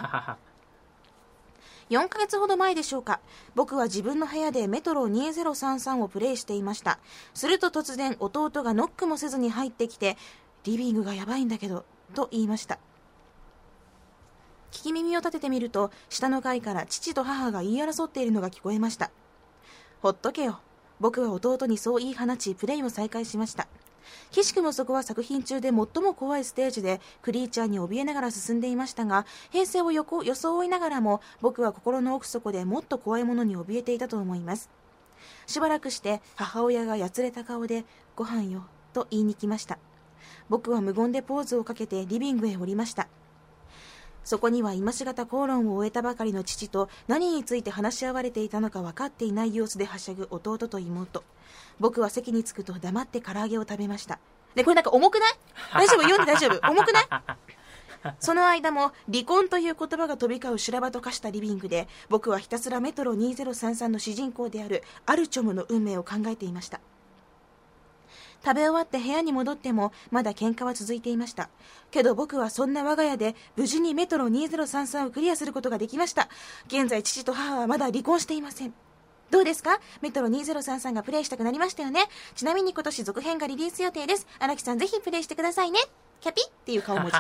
よんかげつほど前でしょうか、僕は自分の部屋でメトロにせんさんじゅうさんをプレイしていました。すると突然弟がノックもせずに入ってきて、リビングがやばいんだけどと言いました。聞き耳を立ててみると、下の階から父と母が言い争っているのが聞こえました。ほっとけよ。僕は弟にそう言い放ちプレイを再開しました。奇しくもそこは作品中で最も怖いステージで、クリーチャーに怯えながら進んでいましたが、平静を横装いながらも僕は心の奥底でもっと怖いものに怯えていたと思います。しばらくして母親がやつれた顔で、ご飯よと言いに来ました。僕は無言でポーズをかけてリビングへ降りました。そこには今しがた口論を終えたばかりの父と、何について話し合われていたのか分かっていない様子ではしゃぐ弟と妹。僕は席に着くと黙って唐揚げを食べました。でこれなんか重くない？大丈夫？読んで大丈夫？重くない？その間も離婚という言葉が飛び交う修羅場と化したリビングで、僕はひたすらメトロにせんさんじゅうさんの主人公であるアルチョムの運命を考えていました。食べ終わって部屋に戻ってもまだ喧嘩は続いていました。けど僕はそんな我が家で無事にメトロにせんさんじゅうさんをクリアすることができました。現在父と母はまだ離婚していません。どうですか？メトロにせんさんじゅうさんがプレイしたくなりましたよね。ちなみに今年続編がリリース予定です。荒木さんぜひプレイしてくださいね。キャピっていう顔文字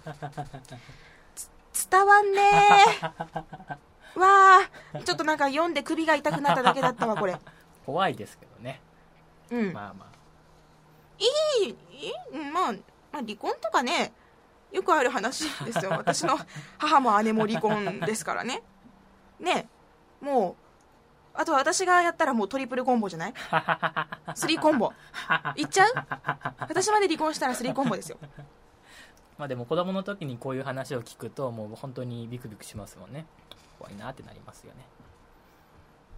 伝わんねーわー、ちょっとなんか読んで首が痛くなっただけだったわこれ。 怖いですけどね。 うん、 まあまあいい、いい、まあ、まあ離婚とかねよくある話ですよ。私の母も姉も離婚ですからね。ね、もうあとは私がやったらもうトリプルコンボじゃない？スリーコンボいっちゃう？私まで離婚したらスリーコンボですよ。 まあでも子供の時にこういう話を聞くともう本当にビクビクしますもんね。怖いなってなりますよね。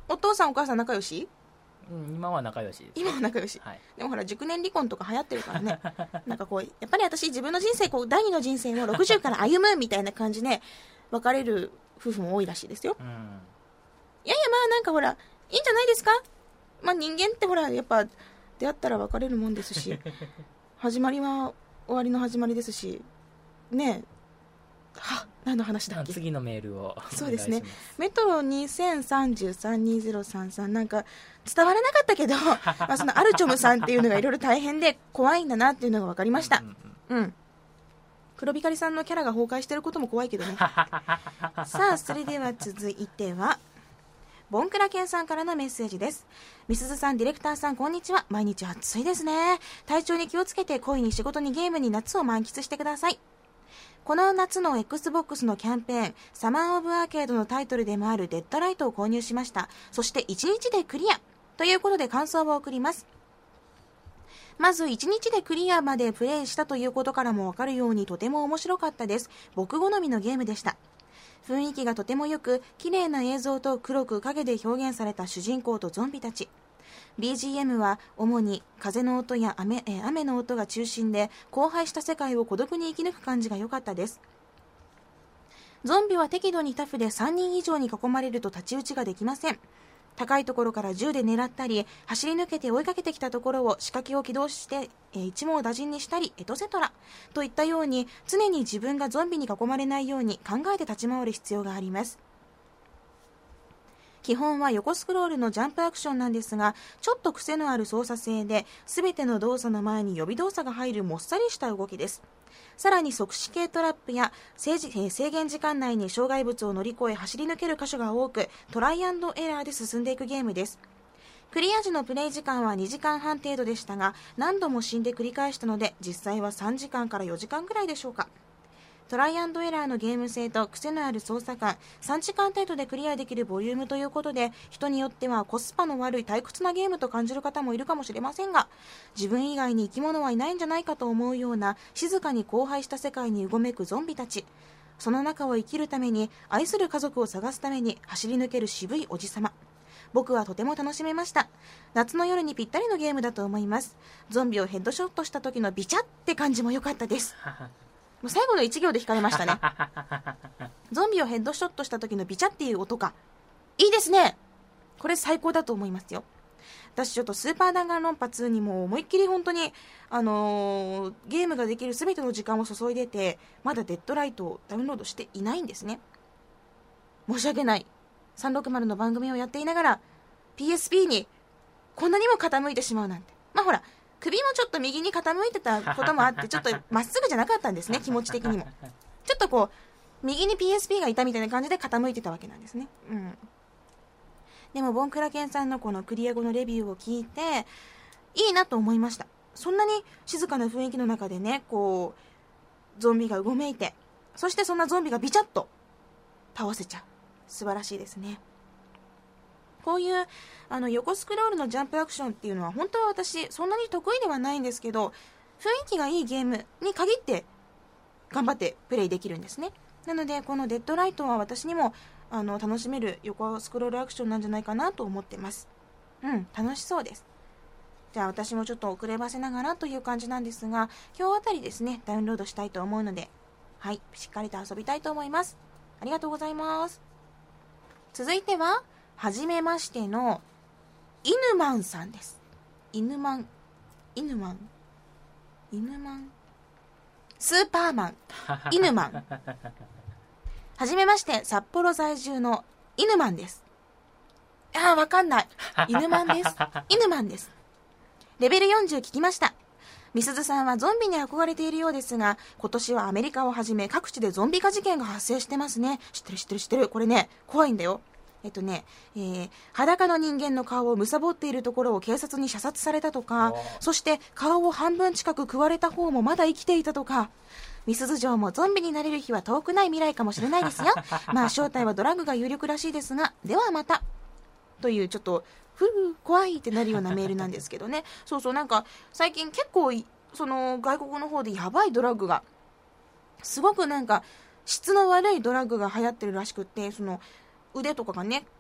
お父さんお母さん仲良し？ うん、今は仲良しです。 今は仲良し、 はい、 でもほら熟年離婚とか流行ってるからねなんかこうやっぱり私自分の人生こう第二の人生をろくじゅうから歩むみたいな感じで別れる夫婦も多いらしいですよ、うん、いやいやまあなんかほらいいんじゃないですか。まあ人間ってほらやっぱ出会ったら別れるもんですし始まりは終わりの始まりですしねえ。は何の話だっけ。 次のメールをそうですね。メトロにせんさんじゅうさん にせんさんじゅうさんなんか伝わらなかったけどまあそのアルチョムさんっていうのがいろいろ大変で怖いんだなっていうのが分かりました。うん、うん、黒光りさんのキャラが崩壊してることも怖いけどねさあそれでは続いてはボンクラケンさんからのメッセージです。みすずさん、ディレクターさん、こんにちは。毎日暑いですね。体調に気をつけて恋に仕事にゲームに夏を満喫してください。この夏の Xbox のキャンペーン、サマーオブアーケードのタイトルでもあるデッドライトを購入しました。そしていちにちでクリア。ということで感想を送ります。まずいちにちでクリアまでプレイしたということからもわかるようにとても面白かったです。僕好みのゲームでした。雰囲気がとても良く、綺麗な映像と黒く影で表現された主人公とゾンビたち。ビージーエム は主に風の音や 雨, え雨の音が中心で荒廃した世界を孤独に生き抜く感じが良かったです。ゾンビは適度にタフでさんにん以上に囲まれると太刀打ちができません。高いところから銃で狙ったり走り抜けて追いかけてきたところを仕掛けを起動してえ一網打尽にしたりエトセトラといったように常に自分がゾンビに囲まれないように考えて立ち回る必要があります。基本は横スクロールのジャンプアクションなんですが、ちょっと癖のある操作性で全ての動作の前に予備動作が入るもっさりした動きです。さらに即死系トラップや制限時間内に障害物を乗り越え走り抜ける箇所が多く、トライアンドエラーで進んでいくゲームです。クリア時のプレイ時間はにじかんはん程度でしたが、何度も死んで繰り返したので実際はさんじかんからよじかんくらいでしょうか。トライアンドエラーのゲーム性と癖のある操作感、さんじかん程度でクリアできるボリュームということで、人によってはコスパの悪い退屈なゲームと感じる方もいるかもしれませんが、自分以外に生き物はいないんじゃないかと思うような静かに荒廃した世界にうごめくゾンビたち。その中を生きるために、愛する家族を探すために走り抜ける渋いおじさま。僕はとても楽しめました。夏の夜にぴったりのゲームだと思います。ゾンビをヘッドショットした時のビチャって感じも良かったです。もう最後の一行で惹かれましたねゾンビをヘッドショットした時のビチャっていう音がいいですね。これ最高だと思いますよ。私ちょっとスーパー弾丸論破ツーにも思いっきり本当にあのー、ゲームができる全ての時間を注いでて、まだデッドライトをダウンロードしていないんですね。申し訳ない。さんろくまるの番組をやっていながら ピーエスピー にこんなにも傾いてしまうなんて。まあほら首もちょっと右に傾いてたこともあってちょっとまっすぐじゃなかったんですね。気持ち的にもちょっとこう右に ピーエスピー がいたみたいな感じで傾いてたわけなんですね。うん。でもボンクラケンさんのこのクリア後のレビューを聞いていいなと思いました。そんなに静かな雰囲気の中でね、こうゾンビがうごめいて、そしてそんなゾンビがビチャッと倒せちゃう。素晴らしいですね。こういうあの横スクロールのジャンプアクションっていうのは本当は私そんなに得意ではないんですけど、雰囲気がいいゲームに限って頑張ってプレイできるんですね。なのでこのデッドライトは私にもあの楽しめる横スクロールアクションなんじゃないかなと思ってます。うん、楽しそうです。じゃあ私もちょっと遅ればせながらという感じなんですが、今日あたりですねダウンロードしたいと思うので、はい、しっかりと遊びたいと思います。ありがとうございます。続いてははじめましてのイヌマンさんです。イヌマンイヌマンイヌマンスーパーマンイヌマンはじめまして、札幌在住のイヌマンです。ああ、わかんない。イヌマンです。イヌマンです。レベルよんじゅう聞きました。みすずさんはゾンビに憧れているようですが、今年はアメリカをはじめ各地でゾンビ化事件が発生してますね。知ってる知ってる知ってる。これね、怖いんだよ。えっとね、えー、裸の人間の顔を貪っているところを警察に射殺されたとか、そして顔を半分近く食われた方もまだ生きていたとか、みすず城もゾンビになれる日は遠くない未来かもしれないですよ。まあ正体はドラッグが有力らしいですが、ではまたというちょっとふう怖いってなるようなメールなんですけどね。そうそう、なんか最近結構その外国の方でやばいドラッグがすごくなんか質の悪いドラッグが流行ってるらしくって、その腕とかがね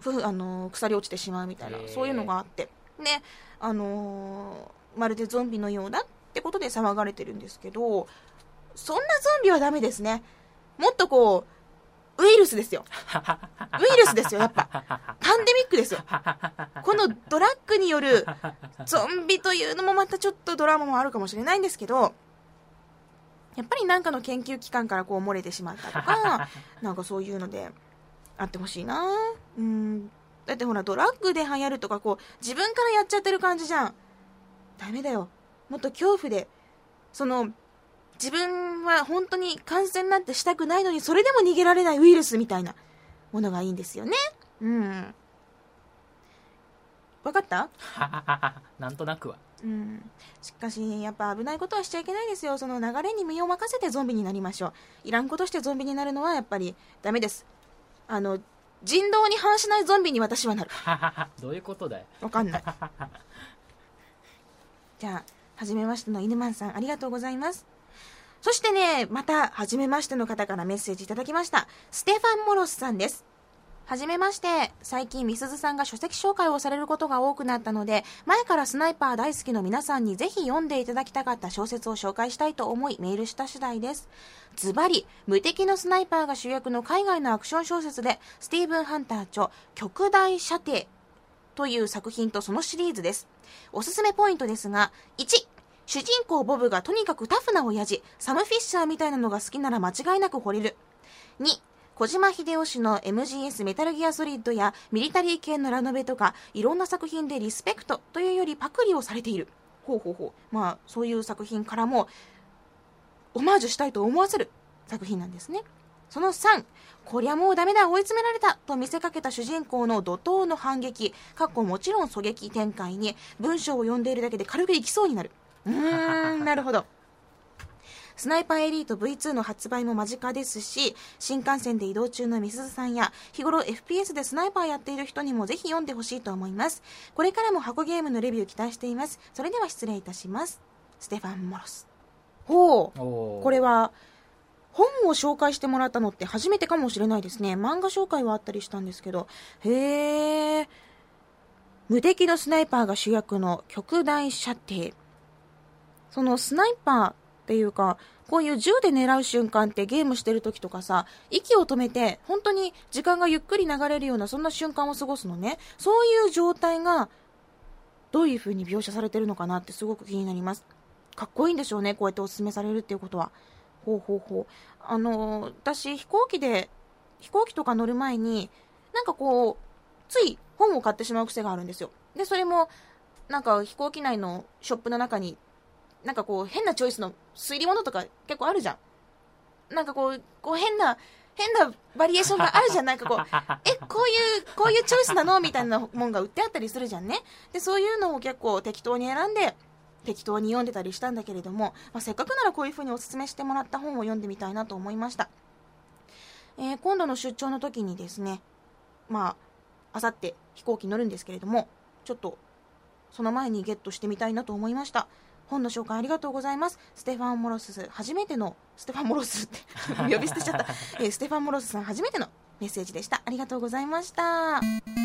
ふあのー腐り落ちてしまうみたいな、そういうのがあって、で、あのーまるでゾンビのようだってことで騒がれてるんですけど、そんなゾンビはダメですね。もっとこうウイルスですよ。ウイルスですよ。やっぱパンデミックですよ。このドラッグによるゾンビというのもまたちょっとドラマもあるかもしれないんですけど、やっぱりなんかの研究機関からこう漏れてしまったとかなんかそういうのであってほしいな。うん、だってほらドラッグで流行るとかこう自分からやっちゃってる感じじゃん。ダメだよ。もっと恐怖で、その自分は本当に感染なんてしたくないのにそれでも逃げられないウイルスみたいなものがいいんですよね。うん、分かった？ なんとなくは。 うん、しかしやっぱ危ないことはしちゃいけないですよ。その流れに身を任せてゾンビになりましょう。いらんことしてゾンビになるのはやっぱりダメです。あの人道に反しないゾンビに私はなる。 どういうことだよ。 わかんない。じゃあはじめましての犬マンさん、ありがとうございます。そしてね、またはじめましての方からメッセージいただきました。ステファン・モロスさんです。はじめまして。最近みすずさんが書籍紹介をされることが多くなったので、前からスナイパー大好きの皆さんにぜひ読んでいただきたかった小説を紹介したいと思いメールした次第です。ズバリ、無敵のスナイパーが主役の海外のアクション小説で、スティーブン・ハンター著極大射程という作品とそのシリーズです。おすすめポイントですが、いち、主人公ボブがとにかくタフな親父、サム・フィッシャーみたいなのが好きなら間違いなく惚れる。に、小島秀夫氏の エムジーエス メタルギアソリッドやミリタリー系のラノベとかいろんな作品でリスペクトというよりパクリをされている。ほうほうほう。まあそういう作品からもオマージュしたいと思わせる作品なんですね。そのさん、こりゃもうダメだ追い詰められたと見せかけた主人公の怒涛の反撃、かっこもちろん狙撃展開に文章を読んでいるだけで軽くいきそうになる。うーん、なるほど。スナイパーエリート ブイツー の発売も間近ですし、新幹線で移動中のみすずさんや日頃 エフピーエス でスナイパーやっている人にもぜひ読んでほしいと思います。これからも箱ゲームのレビュー期待しています。それでは失礼いたします。ステファン・モロス。ほう、これは本を紹介してもらったのって初めてかもしれないですね。漫画紹介はあったりしたんですけど、へー、無敵のスナイパーが主役の極大射程。そのスナイパーっていうか、こういう銃で狙う瞬間ってゲームしてる時とかさ、息を止めて本当に時間がゆっくり流れるようなそんな瞬間を過ごすのね。そういう状態がどういう風に描写されてるのかなってすごく気になります。かっこいいんでしょうね、こうやってお勧めされるっていうことは。ほうほうほう。あの私飛行機で飛行機とか乗る前になんかこうつい本を買ってしまう癖があるんですよ。でそれもなんか飛行機内のショップの中になんかこう変なチョイスの推理物とか結構あるじゃん。なんかこう、こう変な変なバリエーションがあるじゃん。なんかこうえこういうこういうチョイスなのみたいなもんが売ってあったりするじゃんね。でそういうのを結構適当に選んで適当に読んでたりしたんだけれども、まあ、せっかくならこういう風におすすめしてもらった本を読んでみたいなと思いました。えー、今度の出張の時にですね、まああさって飛行機乗るんですけれども、ちょっとその前にゲットしてみたいなと思いました。本の紹介ありがとうございます。ステファン・モロス、初めてのステファン・モロスって呼び捨てちゃった、えー、ステファン・モロスさん初めてのメッセージでした。ありがとうございました。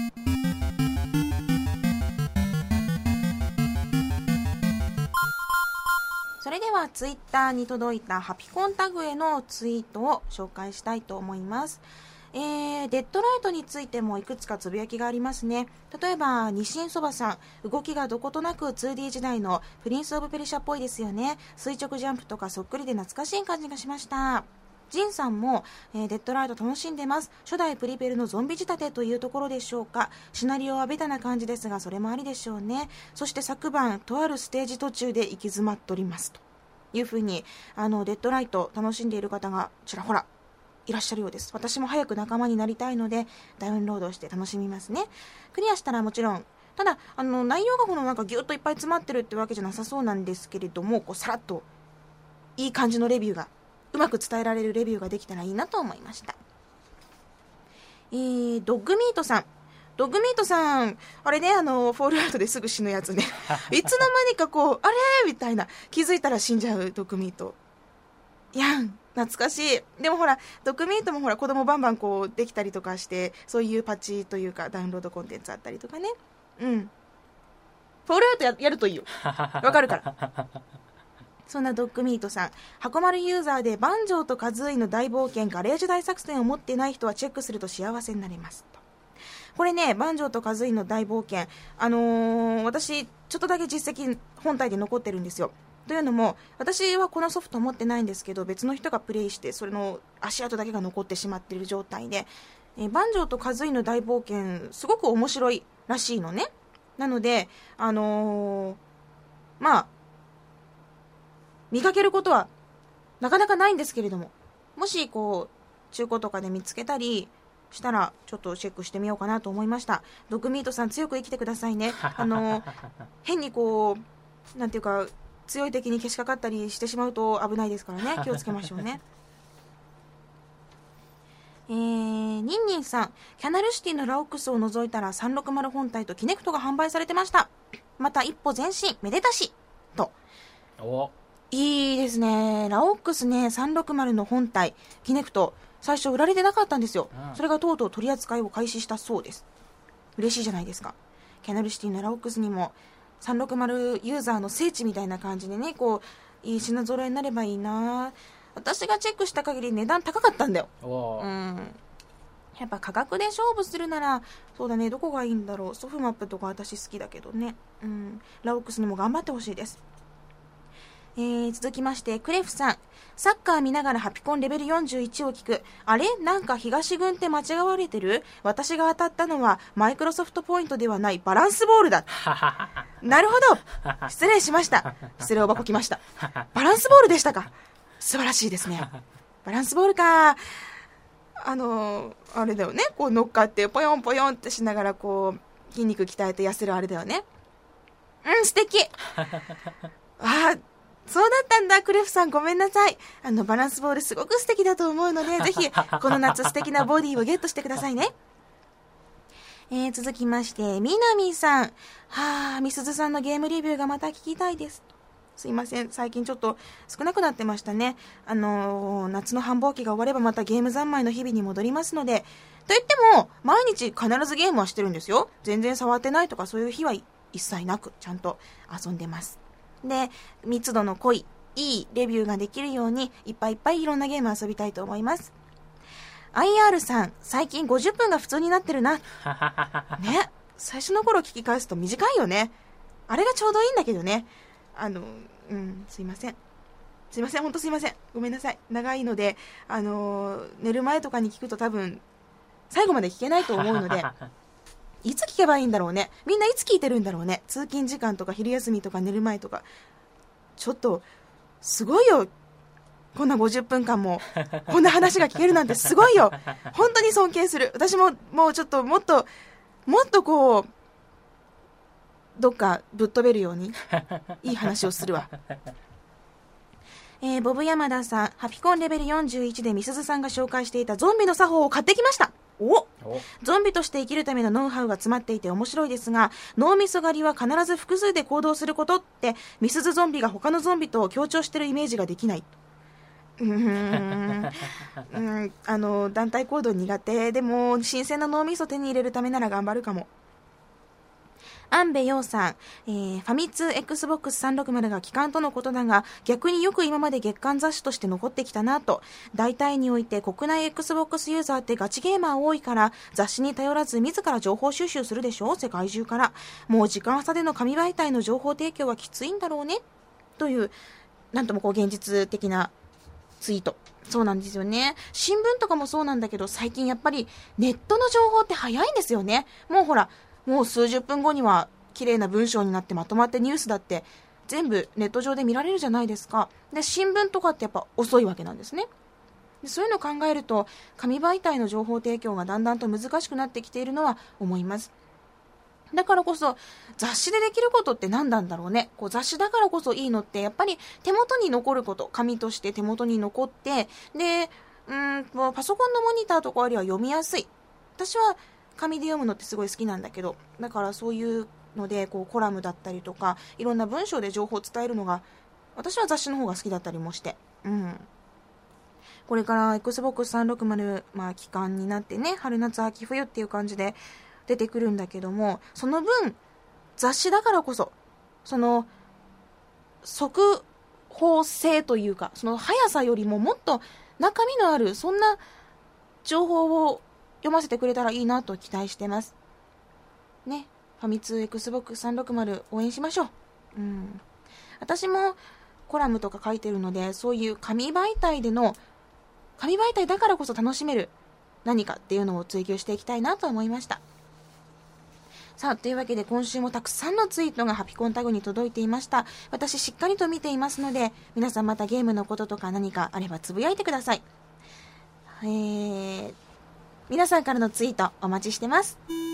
それではツイッターに届いたハピコンタグへのツイートを紹介したいと思います。えー、デッドライトについてもいくつかつぶやきがありますね。例えば日清そばさん、動きがどことなく ツーディー 時代のプリンスオブペルシャっぽいですよね。垂直ジャンプとかそっくりで懐かしい感じがしました。ジンさんも、えー、デッドライト楽しんでます。初代プリペルのゾンビ仕立てというところでしょうか。シナリオはベタな感じですがそれもありでしょうね。そして昨晩とあるステージ途中で行き詰まっておりますというふうに、あのデッドライト楽しんでいる方がちらほらいらっしゃるようです。私も早く仲間になりたいのでダウンロードして楽しみますね。クリアしたらもちろん、ただあの内容がこのなんかギュッといっぱい詰まってるってわけじゃなさそうなんですけれども、こうさらっといい感じのレビューがうまく伝えられるレビューができたらいいなと思いました。えー、ドッグミートさん、ドッグミートさん、あれね、あのフォールアウトですぐ死ぬやつねいつの間にかこうあれみたいな、気づいたら死んじゃうドッグミート。 いやん懐かしい。でもほらドッグミートもほら子供バンバンこうできたりとかして、そういうパチというかダウンロードコンテンツあったりとかね。うん、フォールアウト や, やるといいよ、わかるからそんなドッグミートさん、箱丸ユーザーでバンジョーとカズーイの大冒険ガレージ大作戦を持っていない人はチェックすると幸せになれますと。これね、バンジョーとカズーイの大冒険、あのー、私ちょっとだけ実績本体で残ってるんですよ。というのも私はこのソフト持ってないんですけど、別の人がプレイしてそれの足跡だけが残ってしまっている状態で、えー、バンジョーとカズーイの大冒険すごく面白いらしいのね。なのであのー、まあ見かけることはなかなかないんですけれども、もしこう中古とかで見つけたりしたらちょっとチェックしてみようかなと思いました。ドッグミートさん強く生きてくださいね。あの変にこうなんていうか強い敵にけしかかったりしてしまうと危ないですからね、気をつけましょうねえー、ニンニンさん、キャナルシティのラオックスを除いたらさんろくまる本体とキネクトが販売されてました。また一歩前進、めでたしと。 おいいですね。ラオックスね、さんろくまるの本体キネクト最初売られてなかったんですよ、うん、それがとうとう取り扱いを開始したそうです。嬉しいじゃないですか。キャナルシティのラオックスにもさんろくまるユーザーの聖地みたいな感じでね、こういい品揃えになればいいな。私がチェックした限り値段高かったんだよ。うん、やっぱ価格で勝負するならそうだね、どこがいいんだろう。ソフマップとか私好きだけどね、うん、ラオックスにも頑張ってほしいです。えー、続きましてクレフさん、サッカー見ながらハピコンレベルよんじゅういちを聞く。あれなんか東軍って間違われてる。私が当たったのはマイクロソフトポイントではないバランスボールだなるほど、失礼しました。失礼お箱来ました。バランスボールでしたか。素晴らしいですね。バランスボールか。あのー、あれだよね、こう乗っかってポヨンポヨンってしながらこう筋肉鍛えて痩せるあれだよね。うん、素敵あ、そうだったんだ。クレフさんごめんなさい。あのバランスボールすごく素敵だと思うのでぜひこの夏素敵なボディをゲットしてくださいね。えー、続きましてみなみさん、はあ、みすずさんのゲームレビューがまた聞きたいです。すいません、最近ちょっと少なくなってましたね。あのー、夏の繁忙期が終わればまたゲーム三昧の日々に戻りますので。といっても毎日必ずゲームはしてるんですよ。全然触ってないとかそういう日は一切なくちゃんと遊んでます。で、密度の濃いいいレビューができるようにいっぱいいっぱいいろんなゲーム遊びたいと思います。 アイアール さん、最近ごじゅっぷんが普通になってるなね、最初の頃聞き返すと短いよね。あれがちょうどいいんだけどね。あのうんすいませんすいません本当すいません、ごめんなさい。長いのであの寝る前とかに聞くと多分最後まで聞けないと思うのでいつ聞けばいいんだろうね。みんないつ聞いてるんだろうね。通勤時間とか昼休みとか寝る前とか。ちょっとすごいよ、こんなごじゅっぷんかんもこんな話が聞けるなんてすごいよ。本当に尊敬する。私ももうちょっともっともっとこうどっかぶっ飛べるようにいい話をするわ。えー、ボブ山田さん、ハピコンレベルよんじゅういちでみすずさんが紹介していたゾンビの作法を買ってきました。おゾンビとして生きるためのノウハウが詰まっていて面白いですが、脳みそ狩りは必ず複数で行動することってみすずゾンビが他のゾンビと強調しているイメージができない。うーんうんあの団体行動苦手でも新鮮な脳みそ手に入れるためなら頑張るかも。安部陽さん、えー、ファミ通 エックスボックスさんろくまる が期間とのことだが逆によく今まで月刊雑誌として残ってきたなと。大体において国内 Xbox ユーザーってガチゲーマー多いから雑誌に頼らず自ら情報収集するでしょ、世界中から。もう時間差での紙媒体の情報提供はきついんだろうねという、なんともこう現実的なツイート。そうなんですよね。新聞とかもそうなんだけど最近やっぱりネットの情報って早いんですよね。もうほらもう数十分後には綺麗な文章になってまとまってニュースだって全部ネット上で見られるじゃないですか。で新聞とかってやっぱ遅いわけなんですね。でそういうのを考えると紙媒体の情報提供がだんだんと難しくなってきているのは思います。だからこそ雑誌でできることって何なんだろうね。こう雑誌だからこそいいのってやっぱり手元に残ること、紙として手元に残ってでうーんパソコンのモニターとかよりは読みやすい。私は紙で読むのってすごい好きなんだけど、だからそういうのでこうコラムだったりとかいろんな文章で情報を伝えるのが私は雑誌の方が好きだったりもして、うん、 これから エックスボックスさんびゃくろくじゅう、まあ、期間になってね、春夏秋冬っていう感じで出てくるんだけども、その分雑誌だからこそその速報性というか、その速さよりももっと中身のあるそんな情報を読ませてくれたらいいなと期待してますね。ファミ通 エックスボックスさんびゃくろくじゅう応援しましょう。うん、私もコラムとか書いてるので、そういう紙媒体での紙媒体だからこそ楽しめる何かっていうのを追求していきたいなと思いました。さあ、というわけで今週もたくさんのツイートがハピコンタグに届いていました。私しっかりと見ていますので、皆さんまたゲームのこととか何かあればつぶやいてください。えー、皆さんからのツイートお待ちしてます。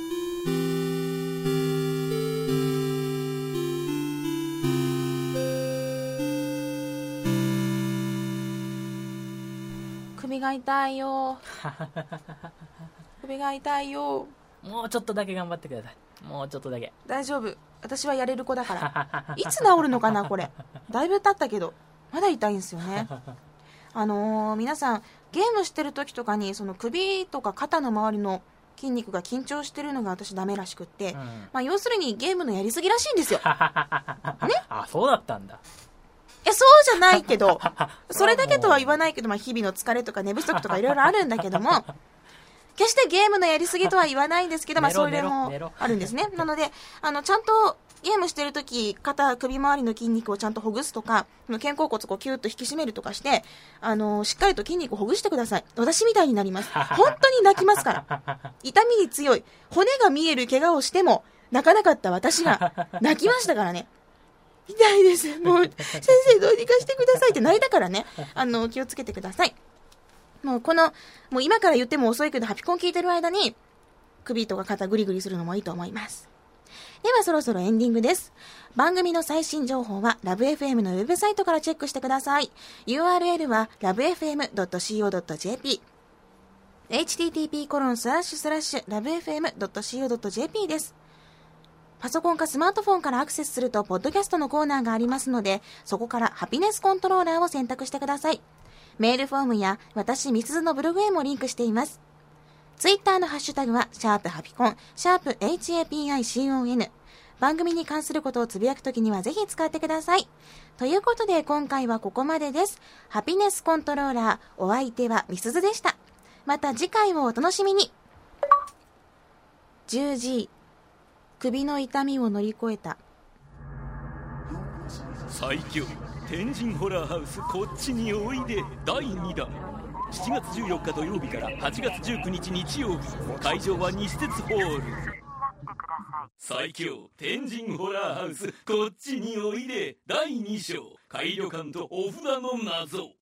首が痛いよ首が痛いよ。 もうちょっとだけ頑張ってください。もうちょっとだけ。 大丈夫、私はやれる子だからいつ治るのかなこれ。だいぶ経ったけどまだ痛いんですよね。あのー、皆さんゲームしてる時とかにその首とか肩の周りの筋肉が緊張してるのが私ダメらしくって、うん、まあ、要するにゲームのやりすぎらしいんですよね。 あ、そうだったんだ。 いや、そうじゃないけどそれだけとは言わないけど、まあ、日々の疲れとか寝不足とかいろいろあるんだけども決してゲームのやりすぎとは言わないんですけど、まあ、それもあるんですね。なので、あの、ちゃんとゲームしてるとき、肩、首周りの筋肉をちゃんとほぐすとか、肩甲骨をこうキュッと引き締めるとかして、あの、しっかりと筋肉をほぐしてください。私みたいになります。本当に泣きますから。痛みに強い。骨が見える怪我をしても、泣かなかった私が、泣きましたからね。痛いです。もう、先生どうにかしてくださいって泣いたからね。あの、気をつけてください。もうこの、もう今から言っても遅いけど、ハピコン聞いてる間に、首とか肩グリグリするのもいいと思います。ではそろそろエンディングです。番組の最新情報は、ラブエフエム のウェブサイトからチェックしてください。ユーアールエル は ラブエフエムドットシーオードットジェーピー。エイチティーティーピーコロンスラッシュスラッシュラブエフエムドットシーオードットジェーピー です。パソコンかスマートフォンからアクセスすると、ポッドキャストのコーナーがありますので、そこからハピネスコントローラーを選択してください。メールフォームや私みすずのブログへもリンクしています。ツイッターのハッシュタグはシャープハピコン、シャープ エイチエーピーアイシーオーエヌ。番組に関することをつぶやくときにはぜひ使ってください。ということで今回はここまでです。ハピネスコントローラー、お相手はみすずでした。また次回をお楽しみに。じゅうじ、首の痛みを乗り越えた。 最強天神ホラーハウスこっちにおいでだいにだん、しちがつじゅうよっか土曜日からはちがつじゅうくにち日曜日、会場は西鉄ホール。最強天神ホラーハウスこっちにおいでだいに章、改旅館とお札の謎。